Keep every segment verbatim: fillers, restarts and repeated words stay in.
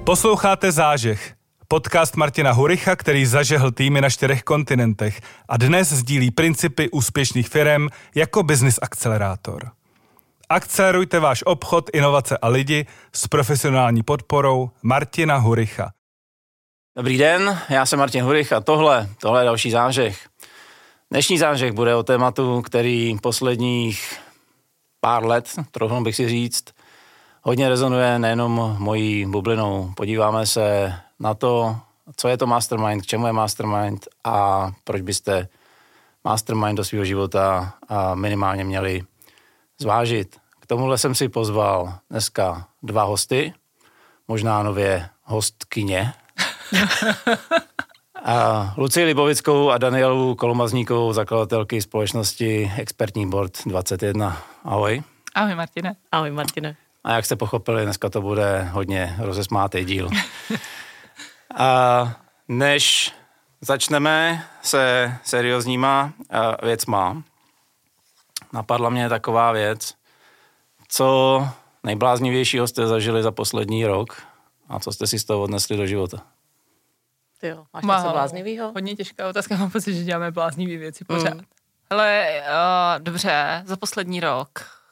Posloucháte Zážeh, podcast Martina Huricha, který zažehl týmy na čtyřech kontinentech a dnes sdílí principy úspěšných firem jako business akcelerátor. Akcelerujte váš obchod, inovace a lidi s profesionální podporou Martina Huricha. Dobrý den, já jsem Martin Hurich a tohle, tohle je další zážeh. Dnešní zážeh bude o tématu, který posledních pár let, trochu bych si říct, hodně rezonuje nejenom mojí bublinou. Podíváme se na to, co je to mastermind, k čemu je mastermind a proč byste mastermind do svého života minimálně měli zvážit. K tomuhle jsem si pozval dneska dva hosty, možná nově hostkyně. A Lucii Libovickou a Danielu Kolomazníkovou, zakladatelky společnosti Expertní board dvacet jedna. Ahoj. Ahoj Martine. Ahoj Martine. A jak jste pochopili, dneska to bude hodně rozesmátý díl. A než začneme se seriózníma věcma, napadla mě taková věc, co nejbláznivějšího jste zažili za poslední rok a co jste si z toho odnesli do života. Ty jo, máš něco bláznivýho? Hodně těžká otázka, mám pocit, že děláme bláznivý věci pořád. Mm. Hele, uh, dobře, za poslední rok.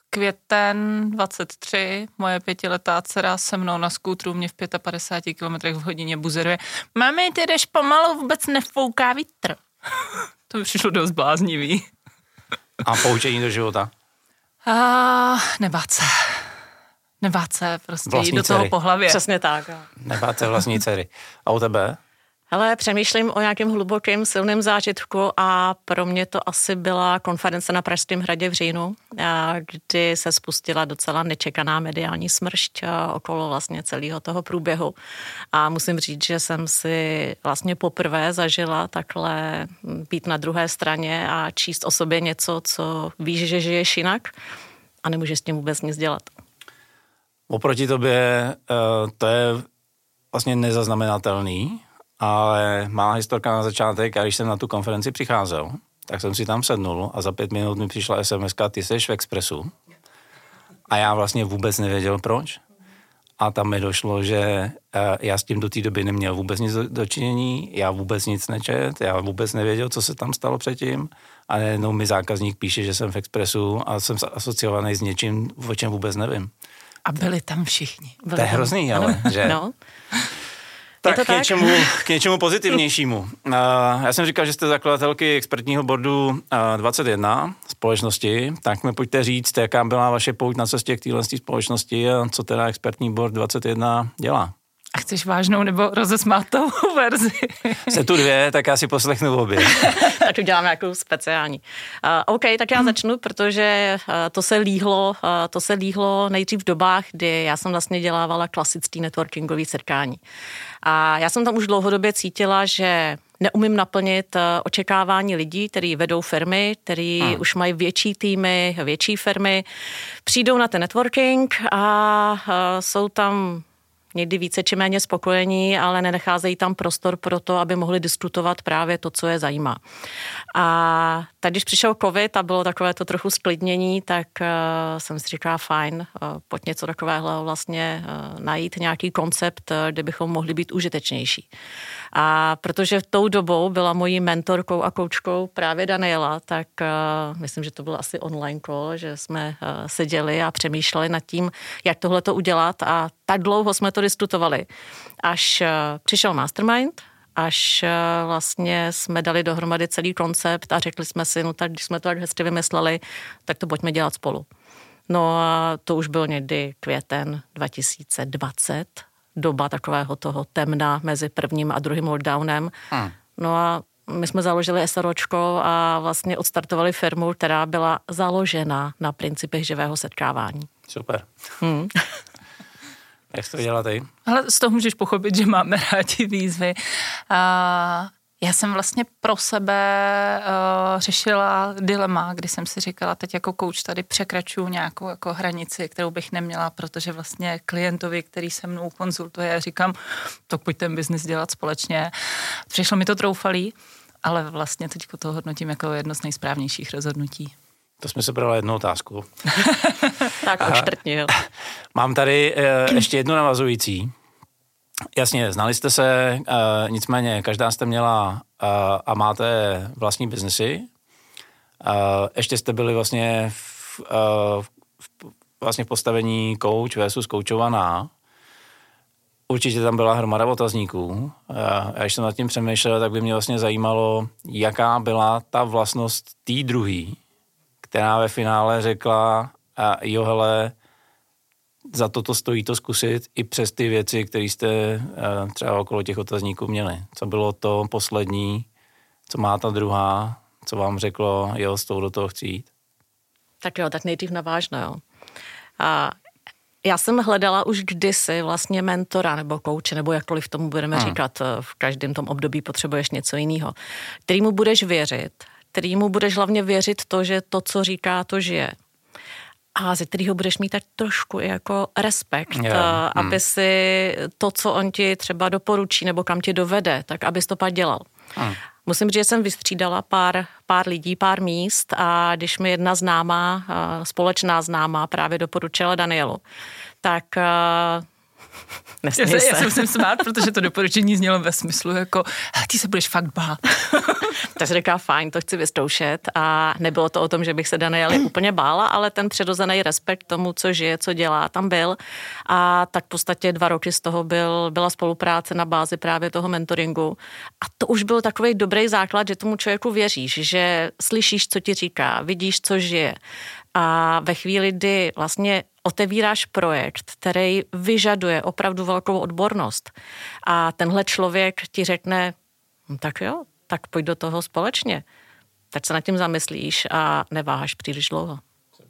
Květen dvacet tři, moje pětiletá dcera se mnou na skútru mě v padesáti pěti kilometrech v hodině buzeruje. Mami, ty jdeš pomalu, vůbec nefouká vítr. To by přišlo dost bláznivý. A poučení do života? Uh, nebát se. Nebát se, prostě vlastní jít do toho dcery. po hlavě. Přesně tak. Nebát se vlastní dcery. A u tebe? Hele, přemýšlím o nějakém hlubokém, silném zážitku a pro mě to asi byla konference na Pražském hradě v říjnu, kdy se spustila docela nečekaná mediální smršť okolo vlastně celého toho průběhu. A musím říct, že jsem si vlastně poprvé zažila takhle být na druhé straně a číst o sobě něco, co víš, že žiješ jinak a nemůžeš s tím vůbec nic dělat. Oproti tobě to je vlastně nezaznamenatelný, ale má historka na začátek a když jsem na tu konferenci přicházel, tak jsem si tam sednul a za pět minut mi přišla es em eska, ty seš v Expressu. A já vlastně vůbec nevěděl proč. A tam mi došlo, že já s tím do té doby neměl vůbec nic dočinění, já vůbec nic nečet, já vůbec nevěděl, co se tam stalo předtím. A najednou mi zákazník píše, že jsem v Expressu a jsem asociovaný s něčím, o čem vůbec nevím. A byli tam všichni. Byli to je hrozný, ale, že? No. Tak, tak? K, něčemu, k něčemu pozitivnějšímu. Uh, já jsem říkal, že jste zakladatelky expertního boardu uh, dvacet jedna společnosti, tak mi pojďte říct, jaká byla vaše pouť na cestě k téhle společnosti a co teda expertní board dvacet jedna dělá. A chceš vážnou nebo rozesmátou verzi? Se tu dvě, tak já si poslechnu obě. Tak uděláme nějakou speciální. Uh, OK, tak já začnu, protože uh, to se líhlo, uh, to se líhlo nejdřív v dobách, kdy já jsem vlastně dělávala klasický networkingový setkání. A já jsem tam už dlouhodobě cítila, že neumím naplnit uh, očekávání lidí, kteří vedou firmy, kteří hmm. už mají větší týmy, větší firmy, přijdou na ten networking a uh, jsou tam někdy více či méně spokojení, ale nenecházejí tam prostor pro to, aby mohli diskutovat právě to, co je zajímá. A tak, když přišel covid a bylo takové to trochu sklidnění, tak uh, jsem si říkala, fajn, uh, pojď něco takového vlastně uh, najít, nějaký koncept, uh, kde bychom mohli být užitečnější. A protože v tou dobou byla mojí mentorkou a koučkou právě Daniela, tak uh, myslím, že to byl asi online call, že jsme uh, seděli a přemýšleli nad tím, jak tohle to udělat a tak dlouho jsme to diskutovali, až uh, přišel mastermind, až uh, vlastně jsme dali dohromady celý koncept a řekli jsme si, no tak když jsme to tak hezky vymysleli, tak to pojďme dělat spolu. No a to už byl někdy květen dva tisíce dvacet, doba takového toho temna mezi prvním a druhým lockdownem. Hmm. No a my jsme založili SROčko a vlastně odstartovali firmu, která byla založena na principech živého setkávání. Super. Hmm. Jak jsi to dělala ty? Ale z toho můžeš pochopit, že máme rádi výzvy. Uh, já jsem vlastně pro sebe uh, řešila dilema, kdy jsem si říkala, teď jako coach tady překračuju nějakou jako hranici, kterou bych neměla, protože vlastně klientovi, který se mnou konzultuje, říkám, tak pojď ten biznis dělat společně. Přišlo mi to troufalý, ale vlastně teď to hodnotím jako jedno z nejsprávnějších rozhodnutí. To jsme se brali jednu otázku. Tak už čtvrtně, jo. Mám tady e, ještě jednu navazující. Jasně, znali jste se, uh, nicméně každá jste měla uh, a máte vlastní biznesy. Uh, ještě jste byli vlastně v, uh, v, vlastně v postavení coach versus coachovaná. Určitě tam byla hromada otazníků. Uh, já když jsem nad tím přemýšlel, tak by mě vlastně zajímalo, jaká byla ta vlastnost té druhý, která ve finále řekla, uh, jo hele, za to to stojí to zkusit i přes ty věci, které jste uh, třeba okolo těch otazníků měli. Co bylo to poslední, co má ta druhá, co vám řeklo, jo, s tou do toho chci jít? Tak jo, tak nejdřív navážno, jo. A já jsem hledala už kdysi vlastně mentora nebo kouče, nebo jakkoliv tomu budeme hmm. říkat, v každém tom období potřebuješ něco jiného, kterýmu budeš věřit, kterýmu budeš hlavně věřit to, že to, co říká, to žije. A ze kterého budeš mít tak trošku jako respekt, yeah. aby hmm. si to, co on ti třeba doporučí nebo kam ti dovede, tak abys to pak dělal. Hmm. Musím říct, že jsem vystřídala pár, pár lidí, pár míst a když mi jedna známá, společná známá právě doporučila Danielu, tak nesměj se. Já se musím smát, protože to doporučení znělo ve smyslu jako, ty se budeš fakt bát. Tak se říká, fajn, to chci vyzkoušet a nebylo to o tom, že bych se Daniely úplně bála, ale ten přirozený respekt tomu, co žije, co dělá, tam byl a tak v podstatě dva roky z toho byl, byla spolupráce na bázi právě toho mentoringu a to už byl takový dobrý základ, že tomu člověku věříš, že slyšíš, co ti říká, vidíš, co žije a ve chvíli, kdy vlastně otevíráš projekt, který vyžaduje opravdu velkou odbornost a tenhle člověk ti řekne, tak jo, tak pojď do toho společně. Tak se nad tím zamyslíš a neváháš příliš dlouho.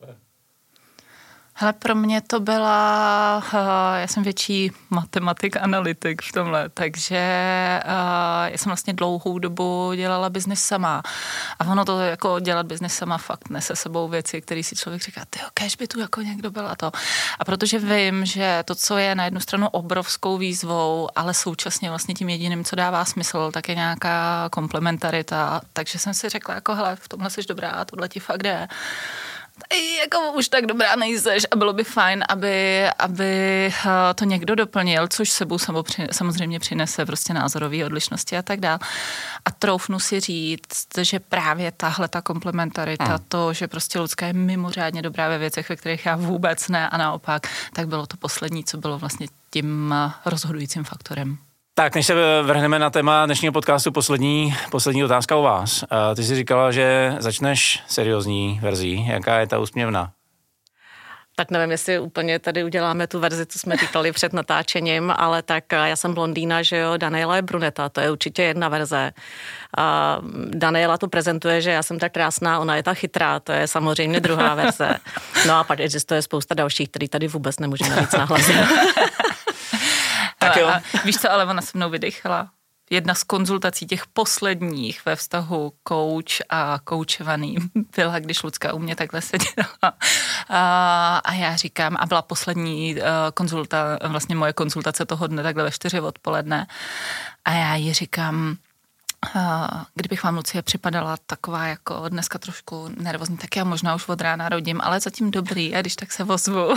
Hele, pro mě to byla, uh, já jsem větší matematik, analytik v tomhle, takže uh, já jsem vlastně dlouhou dobu dělala biznis sama. A ono to jako dělat biznis sama fakt nese sebou věci, které si člověk říká, tyjo, kéž by tu jako někdo byl a to. A protože vím, že to, co je na jednu stranu obrovskou výzvou, ale současně vlastně tím jediným, co dává smysl, tak je nějaká komplementarita. Takže jsem si řekla, jako hele, v tomhle jsi dobrá, tohle ti fakt jde. Jako už tak dobrá nejseš a bylo by fajn, aby, aby to někdo doplnil, což sebou samozřejmě přinese prostě názorové odlišnosti a tak dále. A troufnu si říct, že právě tahle ta komplementarita, hmm. to, že prostě Lucka je mimořádně dobrá ve věcech, ve kterých já vůbec ne a naopak, tak bylo to poslední, co bylo vlastně tím rozhodujícím faktorem. Tak, než se vrhneme na téma dnešního podcastu, poslední, poslední otázka o vás. Ty jsi říkala, že začneš seriózní verzí. Jaká je ta úsměvná? Tak nevím, jestli úplně tady uděláme tu verzi, co jsme říkali před natáčením, ale tak já jsem blondýna, že jo, Daniela je bruneta, to je určitě jedna verze. A Daniela to prezentuje, že já jsem tak krásná, ona je ta chytrá, to je samozřejmě druhá verze. No a pak existuje spousta dalších, který tady vůbec nemůžeme říct nahlas. Tak jo. A víš co, ale ona se mnou vydechala. Jedna z konzultací těch posledních ve vztahu coach a koučovaný byla, když Lucka u mě takhle seděla. A, a já říkám, a byla poslední konzulta, vlastně moje konzultace toho dne takhle ve čtyři odpoledne. A já jí říkám, kdybych vám, Lucie, připadala taková jako dneska trošku nervózní, tak já možná už od rána rodím, ale zatím dobrý, a když tak se ozvu.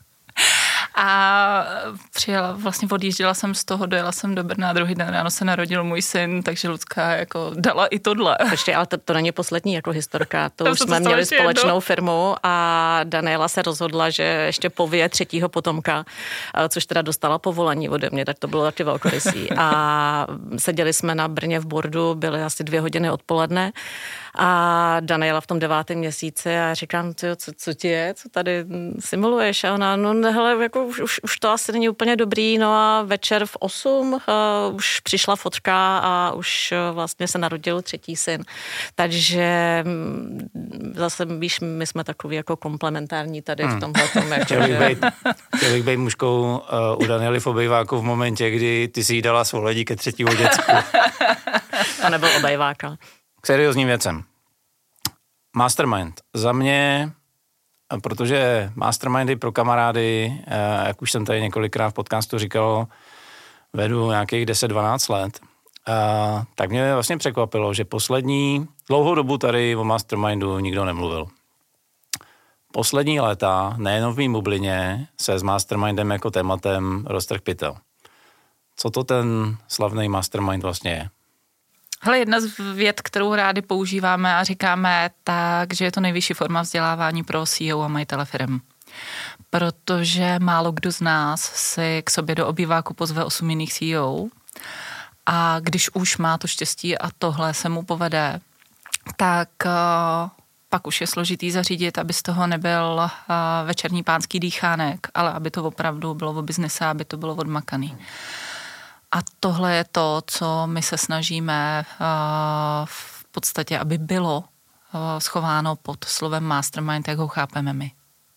A přijela, vlastně odjížděla jsem z toho, dojela jsem do Brna, druhý den ráno se narodil můj syn, takže Lucka jako dala i tohle. Počkej, ale to, to není poslední jako historka, to, to už jsme měli společnou jedno. firmu a Daniela se rozhodla, že ještě povije třetího potomka, což teda dostala povolení ode mě, tak to bylo taky velkorysý. A seděli jsme na Brně v bordu, byly asi dvě hodiny odpoledne a Daniela v tom devátém měsíci a já říkám, co, co ti je, co tady simuluješ? A ona, no hele, jako už, už, už to asi není úplně dobrý, no a večer v osm uh, už přišla fotka a už uh, vlastně se narodil třetí syn. Takže um, zase, víš, my jsme takový jako komplementární tady hmm. v tomhle tom. Jako, chtěl bych být, chtěl bych být mužkou uh, u Daniely v obejváku v momentě, kdy ty si jí dala svoledí ke třetímu děcku. To nebyl obejváka. K seriózním věcem. Mastermind. Za mě, protože mastermindy pro kamarády, jak už jsem tady několikrát v podcastu říkal, vedu nějakých deset dvanáct let, tak mě vlastně překvapilo, že poslední dlouhou dobu tady o mastermindu nikdo nemluvil. Poslední léta, nejenom v mým bublině, se s mastermindem jako tématem roztrh pytel. co to ten slavný mastermind vlastně je? Hele, jedna z vět, kterou rádi používáme a říkáme tak, že je to nejvyšší forma vzdělávání pro C E O a majitele firem. Protože málo kdo z nás si k sobě do obýváku pozve osm jiných C E O a když už má to štěstí a tohle se mu povede, tak uh, pak už je složitý zařídit, aby z toho nebyl uh, večerní pánský dýchánek, ale aby to opravdu bylo o biznise, aby to bylo odmakaný. A tohle je to, co my se snažíme uh, v podstatě, aby bylo uh, schováno pod slovem mastermind, jak ho chápeme my.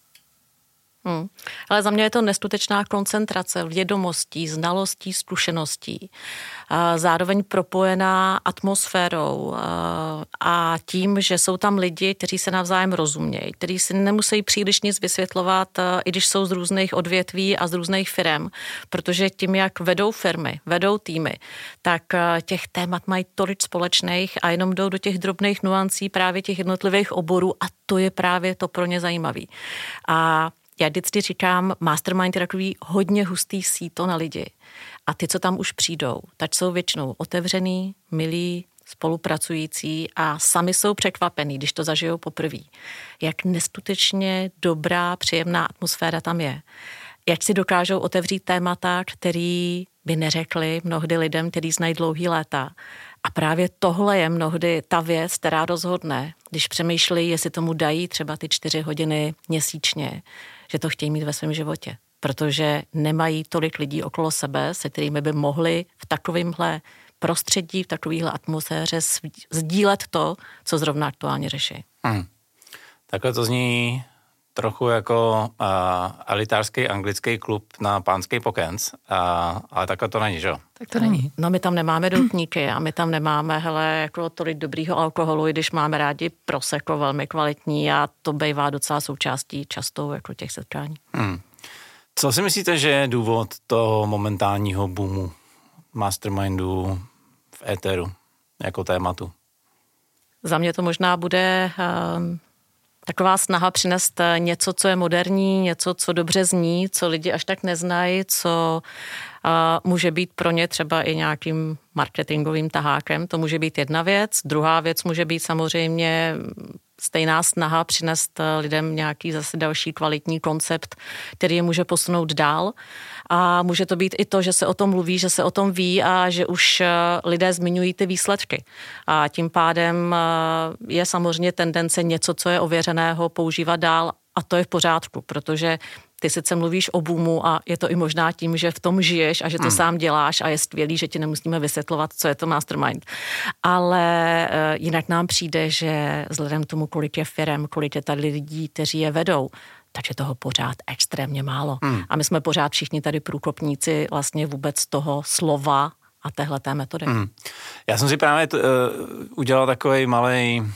Hmm. Ale za mě je to neskutečná koncentrace vědomostí, znalostí, zkušeností. Zároveň propojená atmosférou a tím, že jsou tam lidi, kteří se navzájem rozumějí, kteří si nemusí příliš nic vysvětlovat, i když jsou z různých odvětví a z různých firem, protože tím, jak vedou firmy, vedou týmy, tak těch témat mají tolik společných a jenom jdou do těch drobných nuancí právě těch jednotlivých oborů a to je právě to pro ně zajímavý. A já vždycky říkám, mastermind je takový hodně hustý síto na lidi. A ty, co tam už přijdou, tak jsou většinou otevřený, milí, spolupracující a sami jsou překvapení, když to zažijou poprvé. Jak neskutečně dobrá, příjemná atmosféra tam je. Jak si dokážou otevřít témata, který by neřekli mnohdy lidem, který znají dlouhý léta. A právě tohle je mnohdy ta věc, která rozhodne, když přemýšlí, jestli tomu dají třeba ty čtyři hodiny měsíčně, že to chtějí mít ve svém životě. Protože nemají tolik lidí okolo sebe, se kterými by mohli v takovémhle prostředí, v takovéhle atmosféře sdílet to, co zrovna aktuálně řeší. Hmm. Takhle to zní trochu jako uh, elitářský anglický klub na pánský pokec, uh, ale takhle to není, že jo? Tak to není. No my tam nemáme doutníky a my tam nemáme, hele, jako tolik dobrýho alkoholu, i když máme rádi prosecco velmi kvalitní a to bývá docela součástí často jako těch setkání. Hmm. Co si myslíte, že je důvod toho momentálního boomu mastermindu v éteru jako tématu? Za mě to možná bude um, taková snaha přinést něco, co je moderní, něco, co dobře zní, co lidi až tak neznají, co uh, může být pro ně třeba i nějakým marketingovým tahákem. To může být jedna věc. Druhá věc může být samozřejmě stejná snaha přinést lidem nějaký zase další kvalitní koncept, který je může posunout dál. A může to být i to, že se o tom mluví, že se o tom ví a že už lidé zmiňují ty výsledky. A tím pádem je samozřejmě tendence něco, co je ověřeného, používat dál a to je v pořádku, protože ty sice mluvíš o boomu a je to i možná tím, že v tom žiješ a že to hmm. sám děláš a je skvělý, že ti nemusíme vysvětlovat, co je to mastermind. Ale jinak nám přijde, že vzhledem k tomu, kolik je firem, kolik je tady lidí, kteří je vedou, tak je toho pořád extrémně málo. Hmm. A my jsme pořád všichni tady průkopníci vlastně vůbec toho slova a téhleté metody. Hmm. Já jsem si právě t, uh, udělal takovej malej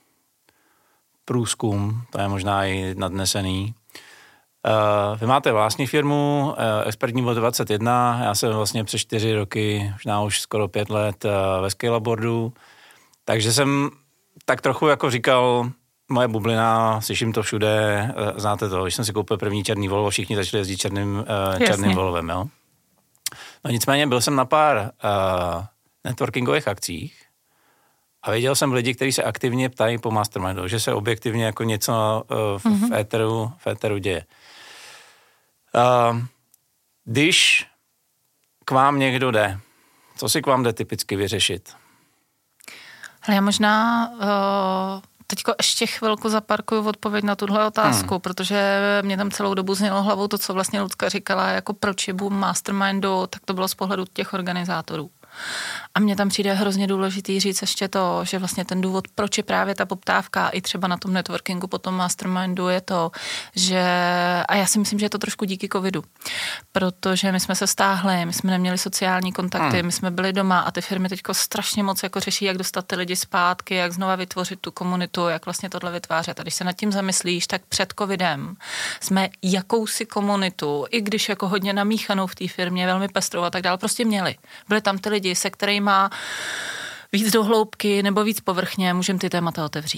průzkum, to je možná i nadnesený. Uh, vy máte vlastní firmu, uh, Expertní bod dvacet jedna, já jsem vlastně přes čtyři roky, možná už skoro pět let uh, ve Scalaboardu, takže jsem tak trochu jako říkal, moje bublina, slyším to všude, uh, znáte to, když jsem si koupil první černý Volvo, všichni začali jezdit černým, uh, černým Volvem, jo. No nicméně byl jsem na pár uh, networkingových akcích a viděl jsem lidi, kteří se aktivně ptají po mastermindu, že se objektivně jako něco uh, v, mm-hmm. v, éteru, v éteru děje. Uh, když k vám někdo jde, co si k vám jde typicky vyřešit? Hele, já možná uh, teďko ještě chvilku zaparkuju odpověď na tuhle otázku, hmm. protože mě tam celou dobu znělo hlavou to, co vlastně Lucka říkala, jako proč je boom mastermindu, tak to bylo z pohledu těch organizátorů. A mně tam přijde hrozně důležitý říct ještě to, že vlastně ten důvod, proč je právě ta poptávka i třeba na tom networkingu, potom mastermindu je to, že, a já si myslím, že je to trošku díky covidu, protože my jsme se stáhli, my jsme neměli sociální kontakty, hmm. my jsme byli doma a ty firmy teďko strašně moc jako řeší, jak dostat ty lidi zpátky, jak znova vytvořit tu komunitu, jak vlastně tohle vytvářet. A když se nad tím zamyslíš, tak před covidem jsme jakousi komunitu, i když jako hodně namíchanou v té firmě, velmi pestrou a tak dále, prostě měli. Byli tam ty lidi, se kterými víc do hloubky nebo víc povrchně můžeme ty témata otevřít.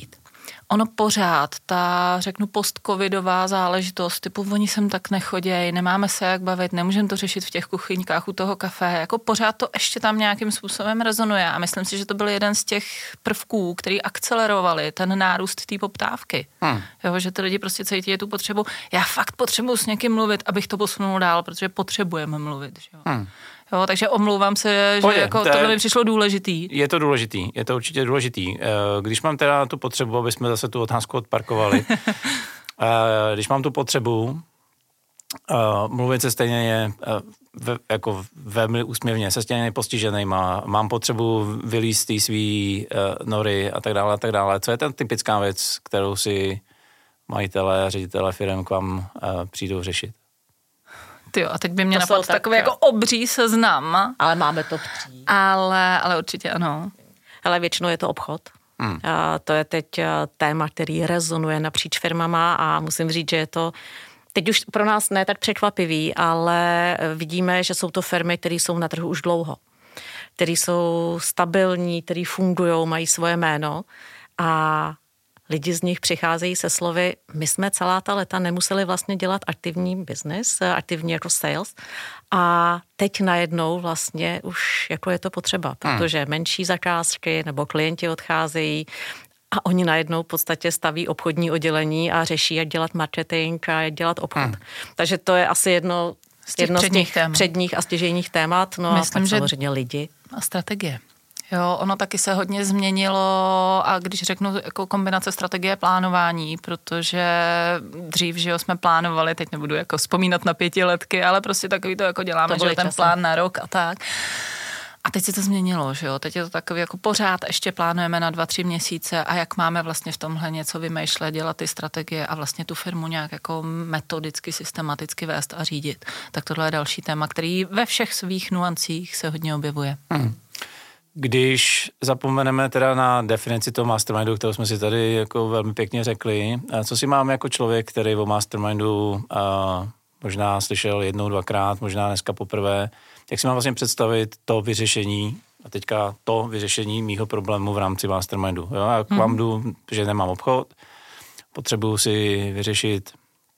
ono pořád, ta, řeknu, post-covidová záležitost, typu oni sem tak nechoděj, nemáme se jak bavit, nemůžeme to řešit v těch kuchyňkách u toho kafe, jako pořád to ještě tam nějakým způsobem rezonuje a myslím si, že to byl jeden z těch prvků, který akcelerovali ten nárůst té poptávky. Hmm. Jo, že ty lidi prostě cítí tu potřebu, já fakt potřebuji s někým mluvit, abych to posunul dál, protože potřebujeme mluvit. Že jo. Hmm. Jo, takže omlouvám se, že Pojde, jako to tohle mi přišlo důležitý. Je to důležitý, je to určitě důležitý. Když mám teda tu potřebu, aby jsme zase tu otázku odparkovali, když mám tu potřebu mluvit se stejně jako velmi úsměvně, se stejně postiženýma, mám potřebu vylízt z té svý nory a tak dále a tak dále. Co je ta typická věc, kterou si majitelé a ředitelé firem k vám přijdou řešit? Tyjo, a teď by mě napadl tak, takový jako obří seznam. Ale máme to přijít. Ale, ale určitě ano. Ale většinou je to obchod. Hmm. A to je teď téma, který rezonuje napříč firmama a musím říct, že je to teď už pro nás ne tak překvapivý, ale vidíme, že jsou to firmy, které jsou na trhu už dlouho. Které jsou stabilní, které fungují, mají svoje jméno a lidi z nich přicházejí se slovy, my jsme celá ta léta nemuseli vlastně dělat aktivní business, aktivní jako sales a teď najednou vlastně už jako je to potřeba, protože menší zakázky nebo klienti odcházejí a oni najednou v podstatě staví obchodní oddělení a řeší, jak dělat marketing a jak dělat obchod. Hmm. Takže to je asi jedno z těch, jedno předních, z těch předních a stěžejních témat, no Myslím, a tak samozřejmě lidi. A strategie. Jo, ono taky se hodně změnilo a když řeknu jako kombinace strategie plánování, protože dřív, že jo, jsme plánovali, teď nebudu jako vzpomínat na pětiletky, ale prostě takový to jako děláme, to že ten časem. Plán na rok a tak. A teď se to změnilo, že jo, teď je to takový jako pořád ještě plánujeme na dva, tři měsíce a jak máme vlastně v tomhle něco vymýšlet, dělat ty strategie a vlastně tu firmu nějak jako metodicky, systematicky vést a řídit. Tak tohle je další téma, který ve všech svých nuancích se hodně objevuje. Hmm. Když zapomeneme teda na definici toho mastermindu, kterou jsme si tady jako velmi pěkně řekli, co si máme jako člověk, který o mastermindu a možná slyšel jednou, dvakrát, možná dneska poprvé, jak si mám vlastně představit to vyřešení a teďka to vyřešení mýho problému v rámci mastermindu. Jo? Já k vám jdu, že nemám obchod, potřebuju si vyřešit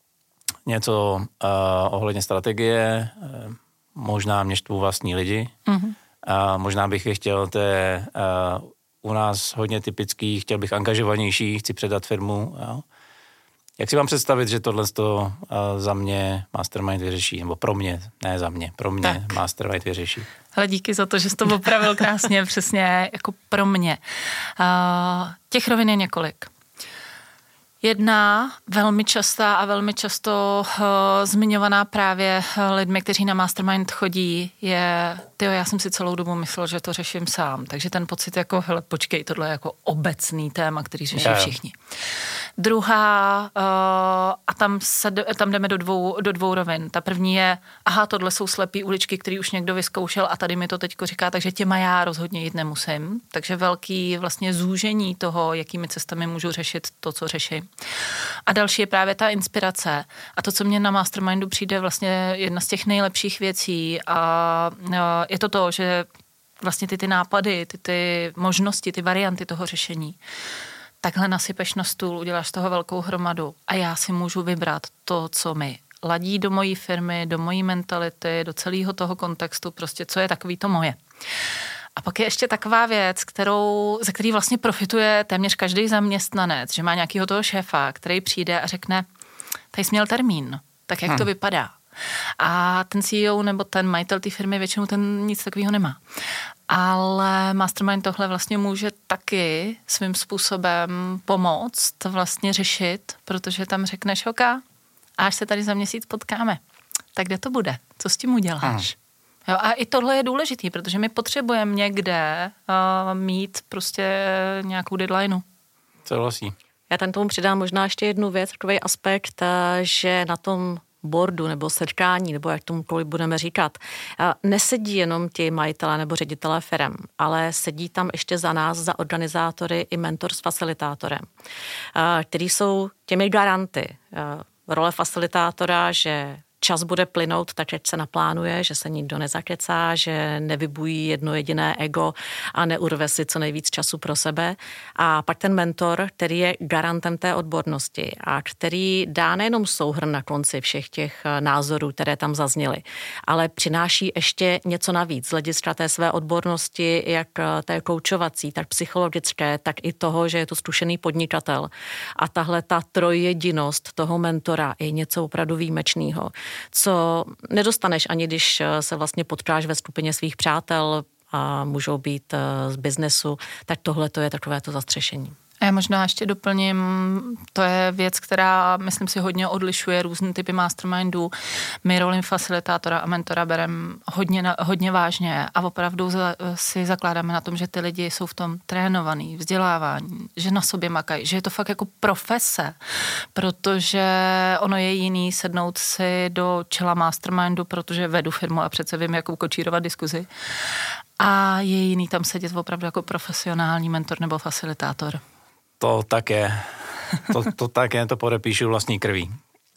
něco uh, ohledně strategie, uh, možná mě štvu vlastní lidi, mm-hmm. A možná bych je chtěl, to je uh, u nás hodně typický, chtěl bych angažovanější, chci předat firmu. Jo. Jak si mám představit, že tohle to uh, za mě Mastermind vyřeší, nebo pro mě, ne za mě, pro mě tak. Mastermind vyřeší. Ale díky za to, že jsi to opravil krásně, přesně jako pro mě. Uh, těch rovin je několik. Jedna velmi častá a velmi často uh, zmiňovaná právě lidmi, kteří na Mastermind chodí, je, tyjo, já jsem si celou dobu myslel, že to řeším sám. Takže ten pocit jako, hele, počkej, tohle je jako obecný téma, který řeší yeah. všichni. Druhá, uh, a tam, se, tam jdeme do dvou, do dvou rovin. Ta první je, aha, tohle jsou slepý uličky, který už někdo vyzkoušel a tady mi to teďko říká, takže těma já rozhodně jít nemusím. Takže velký vlastně zúžení toho, jakými cestami můžu řešit to, co řeším. A další je právě ta inspirace. A to, co mě na Mastermindu přijde vlastně jedna z těch nejlepších věcí a je to to, že vlastně ty ty nápady, ty ty možnosti, ty varianty toho řešení takhle nasypeš na stůl, uděláš z toho velkou hromadu a já si můžu vybrat to, co mi ladí do mojí firmy, do mojí mentality, do celého toho kontextu, prostě co je takový to moje. A pak je ještě taková věc, kterou, ze který vlastně profituje téměř každý zaměstnanec, že má nějakýho toho šéfa, který přijde a řekne, tady jsi měl termín, tak jak hmm. to vypadá. A ten C E O nebo ten majitel té firmy většinou ten nic takového nemá. Ale Mastermind tohle vlastně může taky svým způsobem pomoct vlastně řešit, protože tam řekneš, OK, až se tady za měsíc potkáme, tak kde to bude? Co s tím uděláš? Hmm. Jo, a i tohle je důležitý, protože my potřebujeme někde uh, mít prostě nějakou deadlineu. Souhlasí. Já tam tomu přidám možná ještě jednu věc, takový aspekt, že na tom boardu nebo setkání, nebo jak tomukoliv budeme říkat, nesedí jenom ti majitelé nebo ředitelé firem, ale sedí tam ještě za nás, za organizátory i mentor s facilitátorem, který jsou těmi garanty. Role facilitátora, že čas bude plynout tak, jak se naplánuje, že se nikdo nezakecá, že nevybují jedno jediné ego a neurve si co nejvíc času pro sebe. A pak ten mentor, který je garantem té odbornosti a který dá nejenom souhrn na konci všech těch názorů, které tam zazněly, ale přináší ještě něco navíc z hlediska té své odbornosti, jak té koučovací, tak psychologické, tak i toho, že je to zkušený podnikatel. A tahle ta trojjedinost toho mentora je něco opravdu výjimečného, co nedostaneš ani když se vlastně potkáš ve skupině svých přátel a můžou být z biznesu, tak tohle to je takové to zastřešení. A já možná ještě doplním, to je věc, která, myslím si, hodně odlišuje různé typy mastermindů. My roli facilitátora a mentora bereme hodně, hodně vážně a opravdu za, si zakládáme na tom, že ty lidi jsou v tom trénovaný, vzdělávání, že na sobě makají, že je to fakt jako profese, protože ono je jiný sednout si do čela mastermindu, protože vedu firmu a přece vím, jakou kočírovat diskuzi. A je jiný tam sedět opravdu jako profesionální mentor nebo facilitátor. To tak je. To, to tak je, to podepíšu vlastní krví.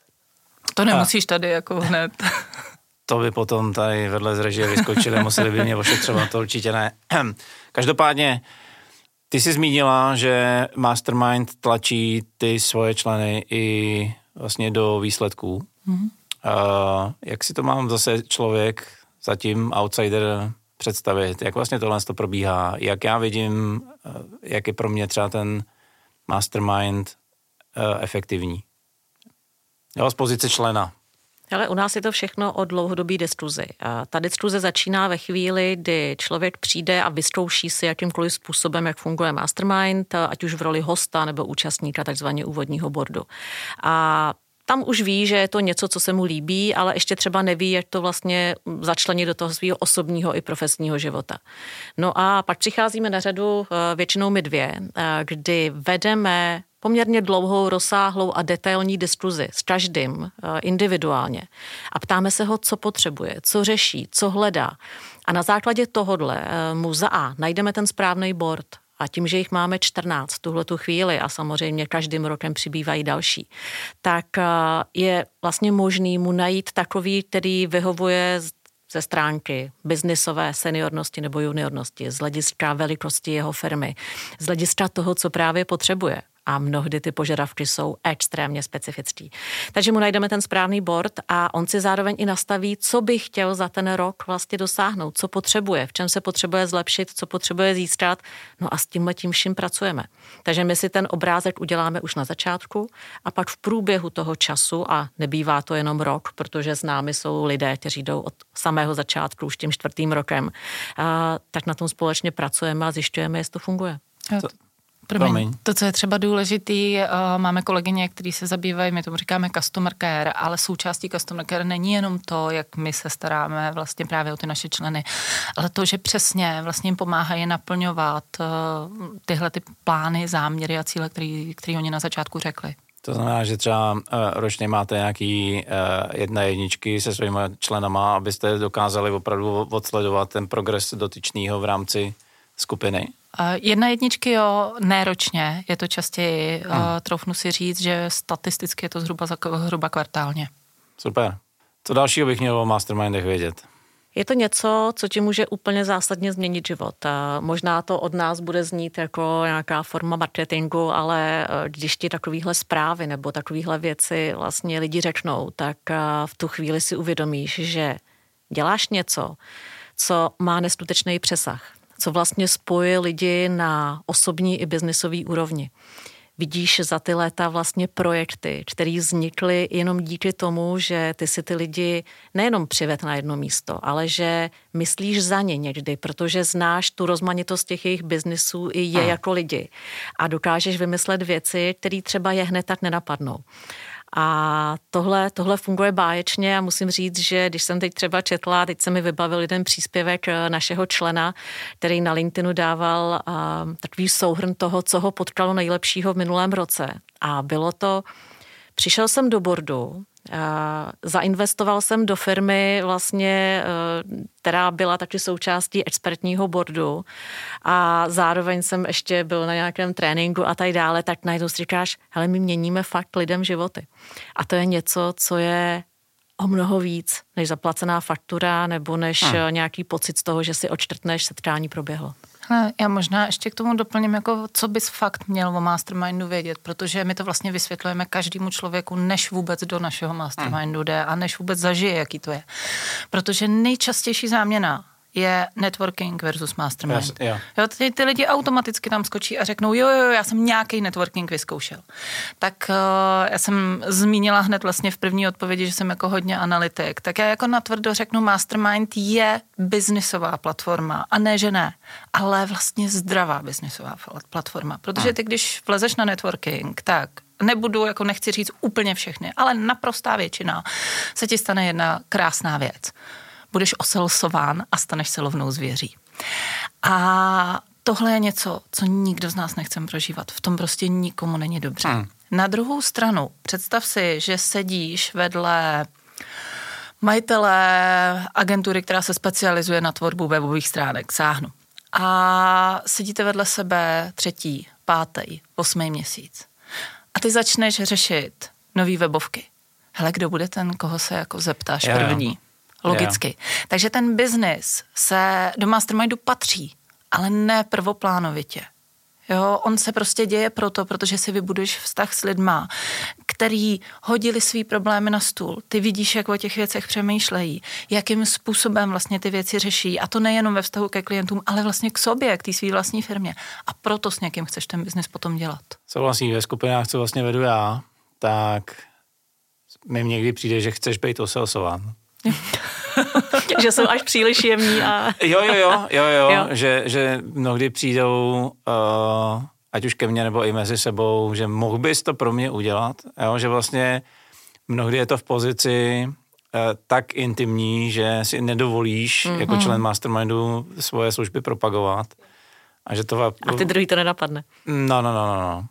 To nemusíš tady jako hned. To by potom tady vedle z režie vyskočili, museli by mě ošetřovat, to určitě ne. Každopádně, ty jsi zmínila, že Mastermind tlačí ty svoje členy i vlastně do výsledků. Mm-hmm. Uh, jak si to mám zase člověk, zatím outsider, představit, jak vlastně tohle to probíhá, jak já vidím, jak je pro mě třeba ten mastermind uh, efektivní. Jo, z pozice člena. Ale u nás je to všechno o dlouhodobý diskuzi. Ta diskuze začíná ve chvíli, kdy člověk přijde a vyzkouší si jakýmkoliv způsobem, jak funguje mastermind, ať už v roli hosta nebo účastníka takzvaně úvodního boardu. A tam už ví, že je to něco, co se mu líbí, ale ještě třeba neví, jak to vlastně začlenit do toho svého osobního i profesního života. No a pak přicházíme na řadu většinou my dvě, kdy vedeme poměrně dlouhou, rozsáhlou a detailní diskuzi s každým individuálně. A ptáme se ho, co potřebuje, co řeší, co hledá. A na základě tohodle mu za A najdeme ten správný board. A tím, že jich máme čtrnáct v tuhletu chvíli a samozřejmě každým rokem přibývají další, tak je vlastně možný mu najít takový, který vyhovuje ze stránky biznisové seniornosti nebo juniornosti, z hlediska velikosti jeho firmy, z hlediska toho, co právě potřebuje. A mnohdy ty požadavky jsou extrémně specifický. Takže mu najdeme ten správný board a on si zároveň i nastaví, co by chtěl za ten rok vlastně dosáhnout, co potřebuje, v čem se potřebuje zlepšit, co potřebuje získat, no a s tímhletím vším pracujeme. Takže my si ten obrázek uděláme už na začátku a pak v průběhu toho času, a nebývá to jenom rok, protože s námi jsou lidé, kteří jdou od samého začátku už tím čtvrtým rokem, a tak na tom společně pracujeme a zjišťujeme, jestli to funguje. To... Promiň. To, co je třeba důležitý, máme kolegyně, kteří se zabývají, my tomu říkáme customer care, ale součástí customer care není jenom to, jak my se staráme vlastně právě o ty naše členy, ale to, že přesně vlastně jim pomáhají naplňovat tyhle ty plány, záměry a cíle, který, který oni na začátku řekli. To znamená, že třeba uh, ročně máte nějaký uh, jedna jedničky se svými členama, abyste dokázali opravdu odsledovat ten progres dotyčného v rámci skupiny? Jedna jedničky jo, ne ročně, je to častěji, hmm. troufnu si říct, že statisticky je to zhruba, zhruba kvartálně. Super. Co dalšího bych měl o mastermindech vědět? Je to něco, co ti může úplně zásadně změnit život. A možná to od nás bude znít jako nějaká forma marketingu, ale když ti takovýhle zprávy nebo takovýhle věci vlastně lidi řeknou, tak v tu chvíli si uvědomíš, že děláš něco, co má neskutečný přesah, co vlastně spojuje lidi na osobní i biznisový úrovni. Vidíš za ty léta vlastně projekty, které vznikly jenom díky tomu, že ty si ty lidi nejenom přived na jedno místo, ale že myslíš za ně někdy, protože znáš tu rozmanitost těch jejich biznisů i je jako lidi. A dokážeš vymyslet věci, které třeba je hned tak nenapadnou. A tohle, tohle funguje báječně a musím říct, že když jsem teď třeba četla, teď se mi vybavil jeden příspěvek našeho člena, který na LinkedInu dával uh, takový souhrn toho, co ho potkalo nejlepšího v minulém roce. A bylo to, přišel jsem do boardu, Uh, zainvestoval jsem do firmy vlastně, uh, která byla taky součástí expertního boardu a zároveň jsem ještě byl na nějakém tréninku a tak dále, tak najednou si říkáš, hele, my měníme fakt lidem životy. A to je něco, co je o mnoho víc než zaplacená faktura nebo než hmm. nějaký pocit z toho, že si odštrtneš, setkání proběhlo. Hele, já možná ještě k tomu doplním, jako co bys fakt měl o mastermindu vědět, protože my to vlastně vysvětlujeme každému člověku, než vůbec do našeho mastermindu jde a než vůbec zažije, jaký to je. Protože nejčastější záměna je networking versus mastermind. Yes, yeah. Jo, ty, ty lidi automaticky tam skočí a řeknou, jo, jo, já jsem nějaký networking vyzkoušel. Tak uh, já jsem zmínila hned vlastně v první odpovědi, že jsem jako hodně analytik. Tak já jako natvrdo řeknu, mastermind je biznisová platforma a ne, že ne, ale vlastně zdravá biznisová platforma. Protože ty, když vlezeš na networking, tak nebudu, jako nechci říct úplně všechny, ale naprostá většina se ti stane jedna krásná věc. Budeš oselosován a staneš se lovnou zvěří. A tohle je něco, co nikdo z nás nechceme prožívat. V tom prostě nikomu není dobře. Hmm. Na druhou stranu, představ si, že sedíš vedle majitele agentury, která se specializuje na tvorbu webových stránek, sáhnu. A sedíte vedle sebe třetí, pátý, osmý měsíc. A ty začneš řešit nový webovky. Hele, kdo bude ten, koho se jako zeptáš yeah. první? Logicky. Yeah. Takže ten biznis se do mastermindu patří, ale ne prvoplánovitě. Jo, on se prostě děje proto, protože si vybuduješ vztah s lidma, který hodili svý problémy na stůl. Ty vidíš, jak o těch věcech přemýšlejí, jakým způsobem vlastně ty věci řeší. A to nejenom ve vztahu ke klientům, ale vlastně k sobě, k té svý vlastní firmě. A proto s někým chceš ten biznis potom dělat. Co vlastně ve skupinách, co vlastně vedu já, tak mi někdy přijde, že chceš být osalsován. Že jsou až příliš jemní a... Jo, jo, jo, jo, jo, jo. Že, že mnohdy přijdou, uh, ať už ke mně nebo i mezi sebou, že mohl bys to pro mě udělat, jo, že vlastně mnohdy je to v pozici uh, tak intimní, že si nedovolíš mm-hmm. jako člen mastermindu svoje služby propagovat. A, že to... a ty druhý to nenapadne. No, no, no, no, no.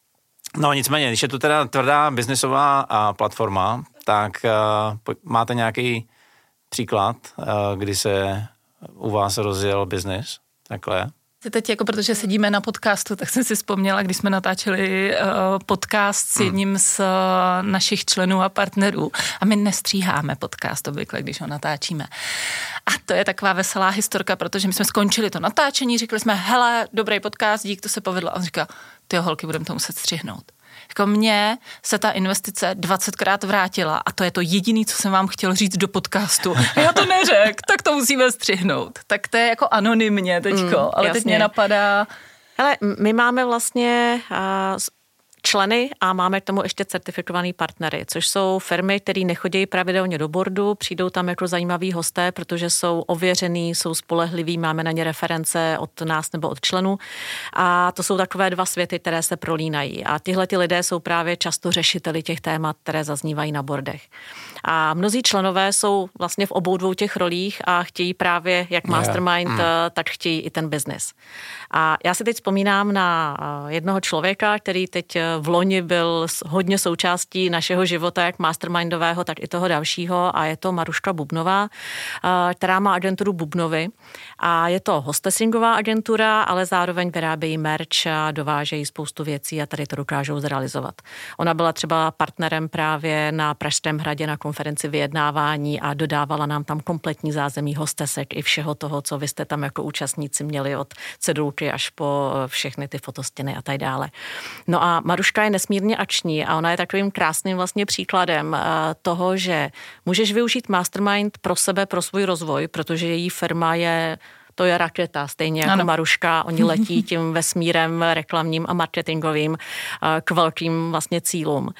No nicméně, když je to teda tvrdá biznisová uh, platforma, tak uh, máte nějaký příklad, uh, kdy se u vás rozjel biznis, takhle? Teď jako protože sedíme na podcastu, tak jsem si vzpomněla, když jsme natáčeli uh, podcast s jedním z uh, našich členů a partnerů a my nestříháme podcast obvykle, když ho natáčíme. A to je taková veselá historka, protože my jsme skončili to natáčení, řekli jsme, hele, dobrý podcast, dík, to se povedlo. A on říká, tyjo holky, budeme to muset střihnout. Jako mně se ta investice dvacetkrát vrátila a to je to jediné, co jsem vám chtěl říct do podcastu. Já to neřek, tak to musíme střihnout. Tak to je jako anonymně teďko, mm, ale jasně. Teď mě napadá... Hele, my máme vlastně... Uh, členy a máme k tomu ještě certifikovaný partnery, což jsou firmy, které nechodí pravidelně do boardu, přijdou tam jako zajímaví hosté, protože jsou ověřený, jsou spolehliví, máme na ně reference od nás nebo od členů a to jsou takové dva světy, které se prolínají a tyhle ty lidé jsou právě často řešiteli těch témat, které zaznívají na boardech. A mnozí členové jsou vlastně v obou dvou těch rolích a chtějí právě jak mastermind, yeah. tak chtějí i ten biznis. A já si teď vzpomínám na jednoho člověka, který teď v loni byl hodně součástí našeho života, jak mastermindového, tak i toho dalšího a je to Maruška Bubnová, která má agenturu Bubnovy a je to hostessingová agentura, ale zároveň vyrábějí merch a dovážejí spoustu věcí a tady to dokážou zrealizovat. Ona byla třeba partnerem právě na Pražském hradě na konferenci vyjednávání a dodávala nám tam kompletní zázemí hostesek i všeho toho, co vy jste tam jako účastníci měli od cedulky až po všechny ty fotostěny a tak dále. No a Maruška je nesmírně akční a ona je takovým krásným vlastně příkladem toho, že můžeš využít mastermind pro sebe, pro svůj rozvoj, protože její firma je to je raketa, stejně jako ano. Maruška, oni letí tím vesmírem reklamním a marketingovým k velkým vlastně cílům.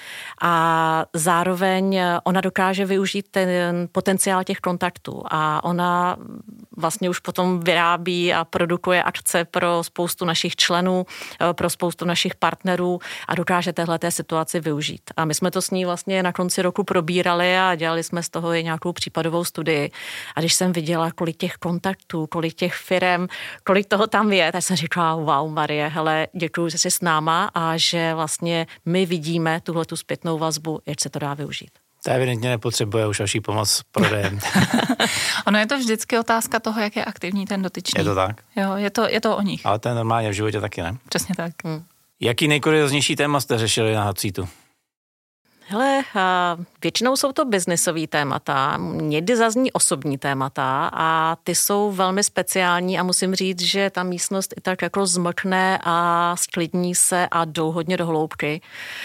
A zároveň ona dokáže využít ten potenciál těch kontaktů a ona vlastně už potom vyrábí a produkuje akce pro spoustu našich členů, pro spoustu našich partnerů a dokáže téhleté situaci využít. A my jsme to s ní vlastně na konci roku probírali a dělali jsme z toho i nějakou případovou studii. A když jsem viděla, kolik těch kontaktů, kolik těch firem, kolik toho tam je, tak jsem říkala, wow, Marie, hele, děkuju, že jsi s náma a že vlastně my vidíme tuhletu zpětnou vazbu, jak se to dá využít. To evidentně nepotřebuje už vaší pomoc s prodejem. Ono je to vždycky otázka toho, jak je aktivní ten dotyčný. Je to tak? Jo, je to, je to o nich. Ale to je normálně v životě taky, ne? Přesně tak. Hmm. Jaký nejkurioznější téma jste řešili na Hot Seatu? Hele, většinou jsou to biznisový témata, někdy zazní osobní témata a ty jsou velmi speciální a musím říct, že ta místnost i tak jako zmlkne a sklidní se a jdou hodně do hloubky.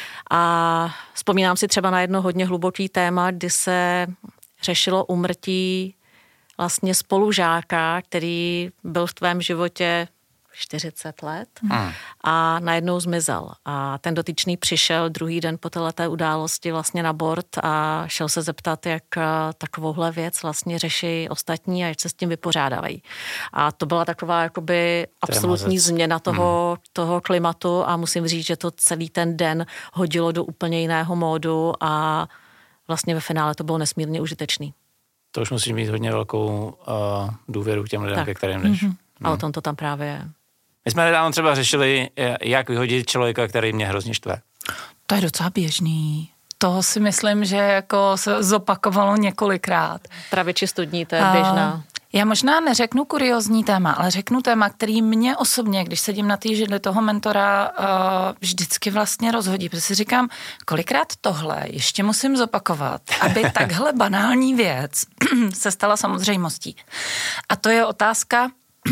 A vzpomínám si třeba na jedno hodně hluboký téma, kdy se řešilo úmrtí vlastně spolužáka, který byl v tvém životě čtyřicet let hmm. a najednou zmizel. A ten dotyčný přišel druhý den po této události vlastně na bord a šel se zeptat, jak takovouhle věc vlastně řeší ostatní a jak se s tím vypořádávají. A to byla taková jakoby absolutní změna toho, hmm. toho klimatu a musím říct, že to celý ten den hodilo do úplně jiného módu a vlastně ve finále to bylo nesmírně užitečný. To už musíš mít hodně velkou uh, důvěru k těm lidem, tak. ke kterým jdeš. Mm-hmm. A o tom to tam právě je. My jsme nedávno třeba řešili, jak vyhodit člověka, který mě hrozně štve. To je docela běžný. To si myslím, že jako se zopakovalo několikrát. Praviči studní, to je běžná. Já možná neřeknu kuriózní téma, ale řeknu téma, který mě osobně, když sedím na té židli toho mentora, vždycky vlastně rozhodí, protože si říkám, kolikrát tohle ještě musím zopakovat, aby takhle banální věc se stala samozřejmostí. A to je otázka,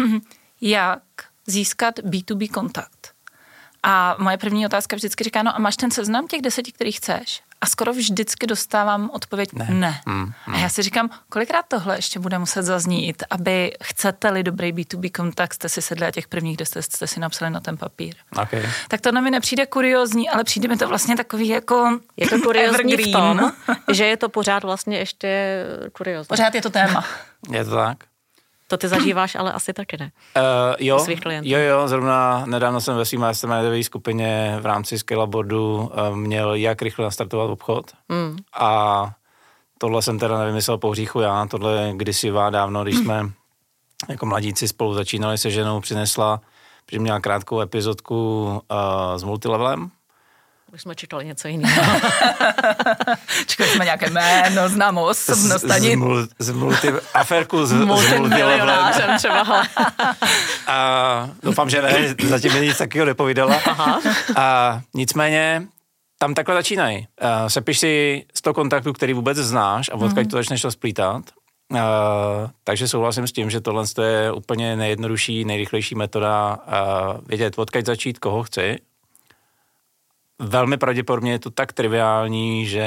jak získat bé dvě bé kontakt. A moje první otázka vždycky říká, no a máš ten seznam těch deseti, který chceš? A skoro vždycky dostávám odpověď ne. ne. Mm, mm. A já si říkám, kolikrát tohle ještě bude muset zaznít, aby chcete-li dobrý bé dvě bé kontakt, jste si sedli a těch prvních deset jste si napsali na ten papír. Okay. Tak to na mě nepřijde kuriózní, ale přijde mi to vlastně takový jako je to kuriózní v tom, že je to pořád vlastně ještě kuriózní. Pořád je to téma. Je to tak? To ty zažíváš, ale asi taky ne. Uh, jo, svých klientů. jo, jo, zrovna nedávno jsem ve svým mastermindové skupině v rámci Scalaboardu uh, měl jak rychle nastartovat obchod. Mm. A tohle jsem teda nevymyslel po hříchu já, tohle kdysi vá dávno, když jsme jako mladíci spolu začínali se ženou, přinesla, protože měla krátkou epizodku uh, s multilevelem. Už jsme čekali něco jiného. Čekali jsme nějaké jméno, známou osobnost. Z, z, mul, z multi, aférku s, s multimilionářem třeba. A doufám, že ne, zatím mi nic takového nepovídala. Aha. A nicméně tam takhle začínají. Sepiš si sto kontaktů, který vůbec znáš a odkud mm. to začneš rozplítat. Uh, takže souhlasím s tím, že tohle je úplně nejjednodušší, nejrychlejší metoda uh, vědět, odkud začít, koho chci. Velmi pravděpodobně je to tak triviální, že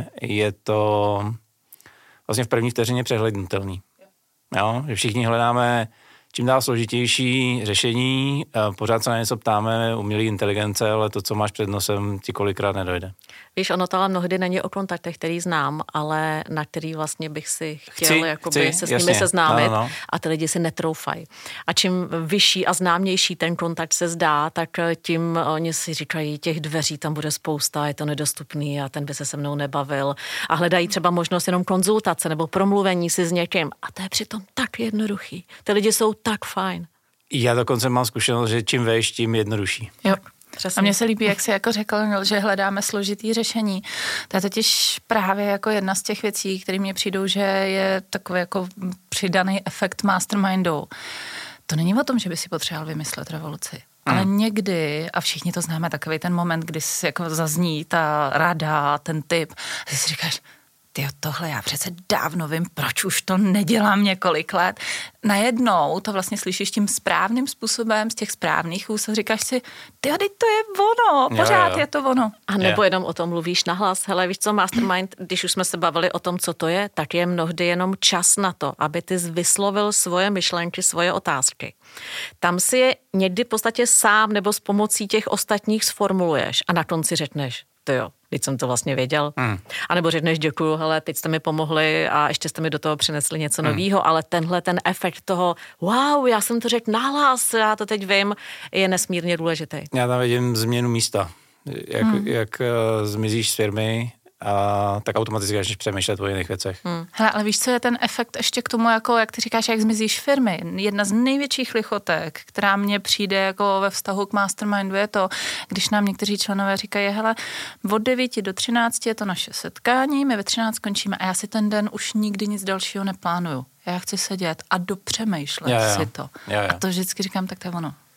je to vlastně v první vteřině přehlednutelný. Jo? Že všichni hledáme čím dál složitější řešení, pořád se na něco ptáme, umělé inteligence, ale to, co máš před nosem, ti kolikrát nedojde. Víš, ono to ale mnohdy není o kontaktech, který znám, ale na který vlastně bych si chtěl chci, jakoby chci, se s jasně. nimi seznámit no, no, no. a ty lidi si netroufají. A čím vyšší a známější ten kontakt se zdá, tak tím oni si říkají, těch dveří tam bude spousta, je to nedostupný a ten by se se mnou nebavil a hledají třeba možnost jenom konzultace nebo promluvení si s někým a to je přitom tak jednoduchý. Ty lidi jsou tak fajn. Já dokonce mám zkušenost, že čím vejš, tím jednodušší. Jo. Přesně. A mně se líbí, jak jsi jako řekl, že hledáme složitý řešení. To je totiž právě jako jedna z těch věcí, které mně přijdou, že je takový jako přidaný efekt mastermindu. To není o tom, že by si potřeboval vymyslet revoluci. Mm. Ale někdy, a všichni to známe, takový ten moment, kdy si jako zazní ta rada, ten tip, a ty si říkáš, tyjo, tohle já přece dávno vím, proč už to nedělám několik let. Najednou to vlastně slyšíš tím správným způsobem, z těch správných úst a říkáš si, tyjo, teď to je ono, pořád jo, jo. je to ono. A nebo jenom o tom mluvíš nahlas. Hele, víš co, mastermind, když už jsme se bavili o tom, co to je, tak je mnohdy jenom čas na to, aby ty vyslovil svoje myšlenky, svoje otázky. Tam si je někdy v podstatě sám nebo s pomocí těch ostatních sformuluješ a na konci řekneš, tyjo, teď jsem to vlastně věděl. Hmm. A nebo řekneš děkuju, hele, teď jste mi pomohli a ještě jste mi do toho přinesli něco hmm. novýho, ale tenhle ten efekt toho, wow, já jsem to řekl nahlas, já to teď vím, je nesmírně důležitý. Já tam vidím změnu místa. Jak, hmm. jak uh, zmizíš z firmy, a tak automaticky začneš přemýšlet o jiných věcech. Hmm. Hele, ale víš, co je ten efekt ještě k tomu, jako, jak ty říkáš, jak zmizíš firmy? Jedna z největších lichotek, která mně přijde jako ve vztahu k mastermindu, je to, když nám někteří členové říkají, hele, od devíti do třinácti je to naše setkání, my ve třináct končíme a já si ten den už nikdy nic dalšího neplánuju. Já chci sedět a dopřemýšlet jo, jo. si to. Jo, jo. A to vždycky říkám, tak to je ono.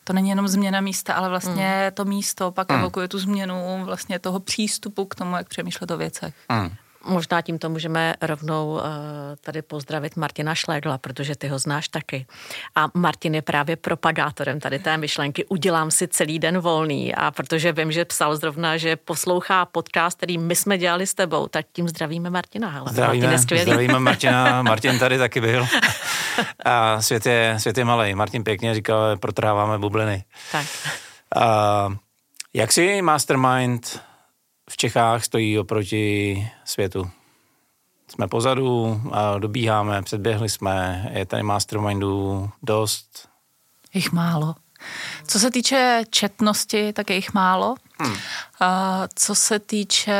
to není jenom změna místa, ale vlastně mm. to místo pak mm. evokuje tu změnu vlastně toho přístupu k tomu, jak přemýšlet o věcech. Mm. Možná tímto můžeme rovnou uh, tady pozdravit Martina Šlégla, protože ty ho znáš taky. A Martin je právě propagátorem tady té myšlenky udělám si celý den volný a protože vím, že psal zrovna, že poslouchá podcast, který my jsme dělali s tebou, tak tím zdravíme Martina. Hele. Zdravíme, Martin je zdravíme Martina, Martin tady taky byl. A svět je, svět je malej. Martin pěkně říkal, protrháváme bubliny. Tak. A jak si Mastermind v Čechách stojí oproti světu? Jsme pozadu, a dobíháme, předběhli jsme, je tady mastermindů dost? Jich málo. Co se týče četnosti, tak je jich málo. Hmm. Co se týče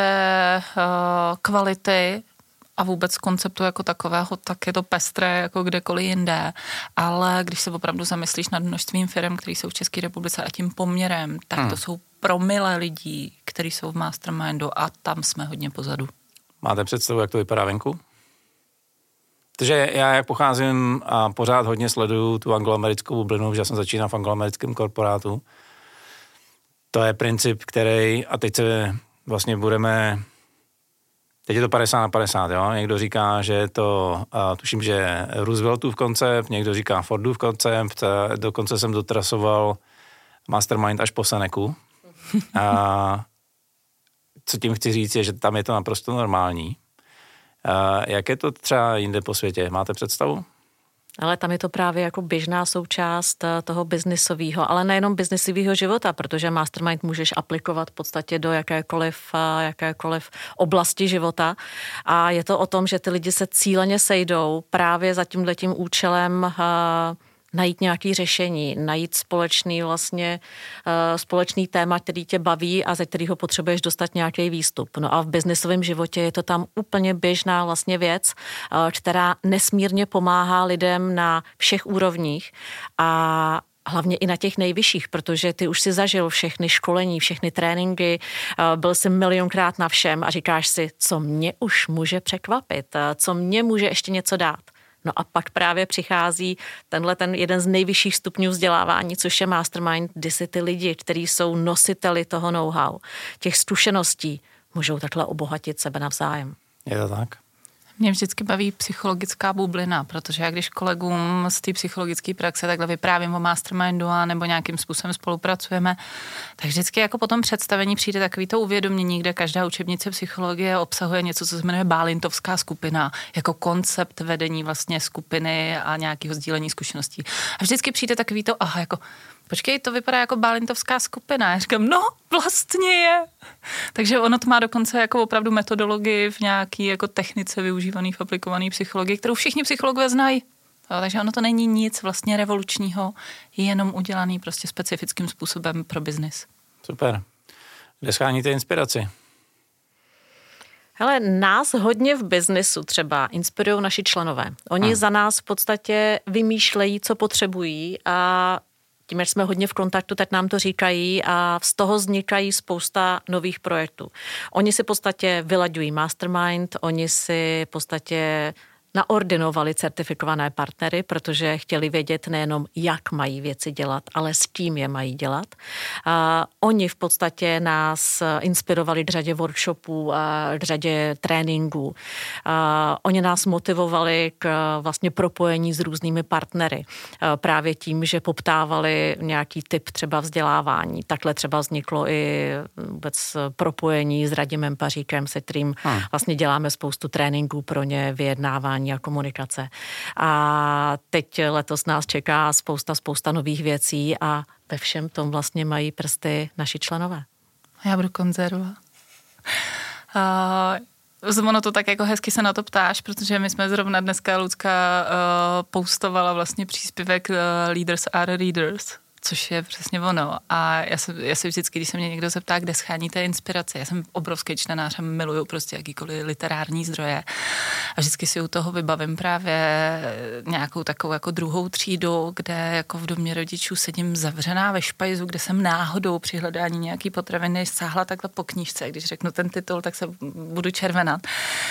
kvality a vůbec konceptu jako takového, tak je to pestré jako kdekoliv jinde. Ale když se opravdu zamyslíš nad množstvím firm, které jsou v České republice a tím poměrem, tak hmm. to jsou promile lidí, kteří jsou v Mastermindu a tam jsme hodně pozadu. Máte představu, jak to vypadá venku? Protože já, jak pocházím a pořád hodně sleduju tu angloamerickou bublinu, že já jsem začínal v angloamerickém korporátu. To je princip, který, a teď se vlastně budeme, teď je to padesát na padesát, jo? Někdo říká, že je to, a tuším, že Rooseveltův koncept, někdo říká Fordův koncept, dokonce jsem dotrasoval Mastermind až po Seneku. A co tím chci říct je, že tam je to naprosto normální. A jak je to třeba jinde po světě? Máte představu? Ale tam je to právě jako běžná součást toho biznisového, ale nejenom biznisového života, protože Mastermind můžeš aplikovat v podstatě do jakékoliv, jakékoliv oblasti života. A je to o tom, že ty lidi se cíleně sejdou právě za tímhletím účelem najít nějaké řešení, najít společný vlastně uh, společný téma, který tě baví a ze kterého potřebuješ dostat nějaký výstup. No a v biznisovém životě je to tam úplně běžná vlastně věc, uh, která nesmírně pomáhá lidem na všech úrovních a hlavně i na těch nejvyšších, protože ty už si zažil všechny školení, všechny tréninky, byl jsi milionkrát na všem a říkáš si, co mě už může překvapit, co mě může ještě něco dát. No a pak právě přichází tenhle ten jeden z nejvyšších stupňů vzdělávání, což je Mastermind, kdy si ty lidi, kteří jsou nositeli toho know-how, těch zkušeností, můžou takhle obohatit sebe navzájem. Je to tak? Mě vždycky baví psychologická bublina, protože já když kolegům z té psychologické praxe takhle vyprávím o Mastermindu a nebo nějakým způsobem spolupracujeme, tak vždycky jako po tom představení přijde takový to uvědomění, kde každá učebnice psychologie obsahuje něco, co se jmenuje Bálintovská skupina, jako koncept vedení vlastně skupiny a nějakého sdílení zkušeností. A vždycky přijde takový to, aha, jako počkej, to vypadá jako Bálintovská skupina. Já říkám, no, vlastně je. Takže ono to má dokonce jako opravdu metodologii v nějaký jako technice využívaný v aplikované psychologii, kterou všichni psychologové znají. Jo, takže ono to není nic vlastně revolučního, je jenom udělaný prostě specifickým způsobem pro biznis. Super. Kde sháníte inspiraci? Hele, nás hodně v biznisu třeba inspirují naši členové. Oni hmm. za nás v podstatě vymýšlejí, co potřebují a tím, jak jsme hodně v kontaktu, tak nám to říkají a z toho vznikají spousta nových projektů. Oni si v podstatě vylaďují Mastermind, oni si v podstatě naordinovali certifikované partnery, protože chtěli vědět nejenom, jak mají věci dělat, ale s kým je mají dělat. A oni v podstatě nás inspirovali k řadě workshopů a k řadě tréninků. A oni nás motivovali k vlastně propojení s různými partnery. A právě tím, že poptávali nějaký typ třeba vzdělávání. Takhle třeba vzniklo i vůbec propojení s Radimem Paříkem, se kterým hmm. vlastně děláme spoustu tréninků pro ně, vyjednávání a komunikace. A teď letos nás čeká spousta, spousta nových věcí a ve všem tom vlastně mají prsty naši členové. Já budu konzerva. Uh, ono to tak jako hezky se na to ptáš, protože my jsme zrovna dneska Lucka uh, postovala vlastně příspěvek uh, Leaders are Readers, což je přesně ono. A já se, já se vždycky, když se mě někdo zeptá, kde sháníte inspiraci, já jsem obrovský čtenář a miluju prostě jakýkoliv literární zdroje. A vždycky si u toho vybavím právě nějakou takovou jako druhou třídu, kde jako v domě rodičů sedím zavřená ve špajzu, kde jsem náhodou při hledání nějaký potraviny sáhla takhle po knížce. Když řeknu ten titul, tak se budu červenat.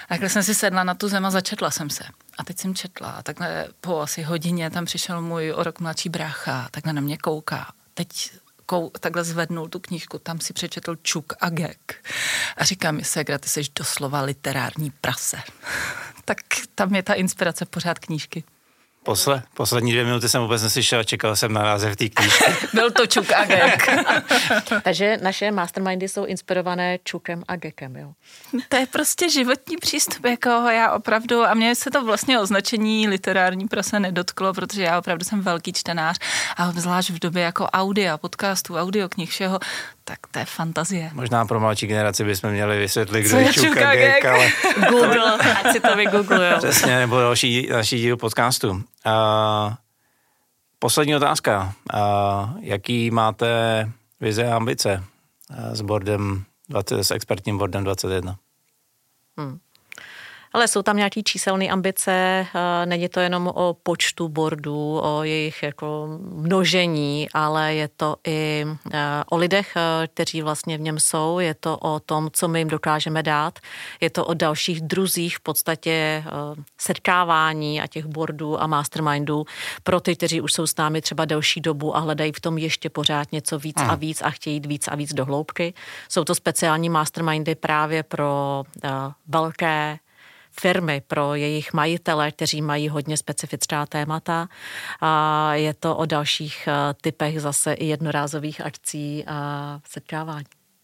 Takhle jsem si sedla na tu zem a začetla jsem se. A teď jsem četla a takhle po asi hodině tam přišel můj o rok mladší brácha, takhle na mě kouká. Teď kou, takhle zvednul tu knížku, tam si přečetl Čuk a Gek. A říká mi, ségra, ty jsi doslova literární prase. Tak tam je ta inspirace pořád knížky. Posle, poslední dvě minuty jsem vůbec neslyšel, čekal jsem na název té knížky. Byl to Čuk a Gek. Takže naše mastermindy jsou inspirované Čukem a Gekem, jo? To je prostě životní přístup, jako já opravdu, a mně se to vlastně označení literární prase nedotklo, protože já opravdu jsem velký čtenář a zvlášť v době jako audia, podcastů, audioknih, všeho, tak to je fantazie. Možná pro mladší generaci bychom měli vysvětlit, kdo Co je je Čuk Čuk a a Gek, Gek? ale... Google, ať si to vygooglujou. Přesně, nebo další, další díl podcastu. Uh, poslední otázka. Uh, jaký máte vize a ambice uh, s boardem dvacet, s expertním boardem dvacet jedna? Hmm. Ale jsou tam nějaké číselné ambice, není to jenom o počtu boardů, o jejich jako množení, ale je to i o lidech, kteří vlastně v něm jsou, je to o tom, co my jim dokážeme dát, je to o dalších druzích v podstatě setkávání a těch boardů a mastermindů pro ty, kteří už jsou s námi třeba delší dobu a hledají v tom ještě pořád něco víc a víc a chtějí jít víc a víc do hloubky. Jsou to speciální mastermindy právě pro velké firmy, pro jejich majitele, kteří mají hodně specifická témata. A je to o dalších typech zase i jednorázových akcí a setkávání.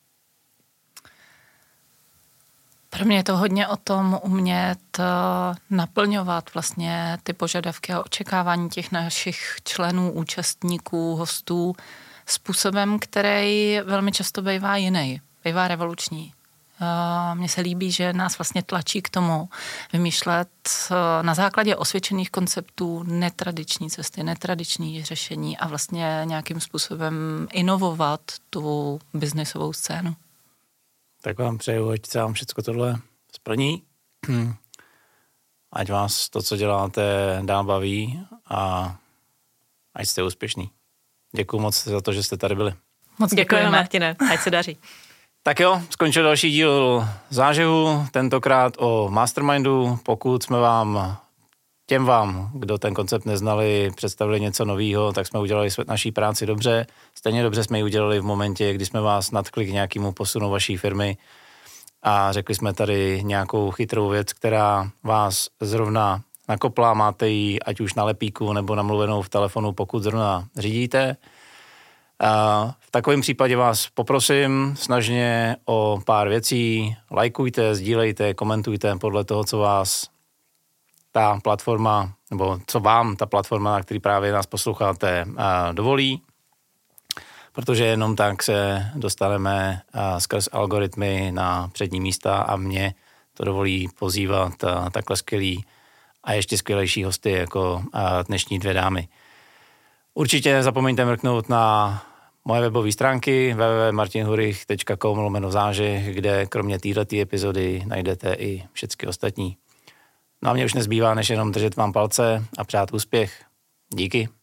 Pro mě je to hodně o tom umět naplňovat vlastně ty požadavky a očekávání těch našich členů, účastníků, hostů způsobem, který velmi často bývá jiný, bývá revoluční. Mně se líbí, že nás vlastně tlačí k tomu vymýšlet na základě osvědčených konceptů netradiční cesty, netradiční řešení a vlastně nějakým způsobem inovovat tu biznesovou scénu. Tak vám přeju, ať se vám všechno tohle splní. Ať vás to, co děláte, dál baví a ať jste úspěšní. Děkuju moc za to, že jste tady byli. Moc Děkujeme, děkujeme. Martine, ať se daří. Tak jo, skončil další díl zážehu, tentokrát o Mastermindu. Pokud jsme vám, těm vám, kdo ten koncept neznali, představili něco nového, tak jsme udělali naší práci dobře. Stejně dobře jsme ji udělali v momentě, kdy jsme vás nadkli k nějakému posunu vaší firmy a řekli jsme tady nějakou chytrou věc, která vás zrovna nakopla, máte ji ať už na lepíku nebo namluvenou v telefonu, pokud zrovna řídíte. A v takovém případě vás poprosím snažně o pár věcí. Lajkujte, sdílejte, komentujte podle toho, co vás ta platforma, nebo co vám ta platforma, na který právě nás posloucháte, dovolí. Protože jenom tak se dostaneme skrz algoritmy na přední místa a mě to dovolí pozývat takhle skvělý a ještě skvělejší hosty jako dnešní dvě dámy. Určitě nezapomeňte mrknout na moje webové stránky w w w tečka martin hurich tečka com lomeno zážeh, kde kromě této epizody najdete i všechny ostatní. No a mě už nezbývá, než jenom držet vám palce a přát úspěch. Díky.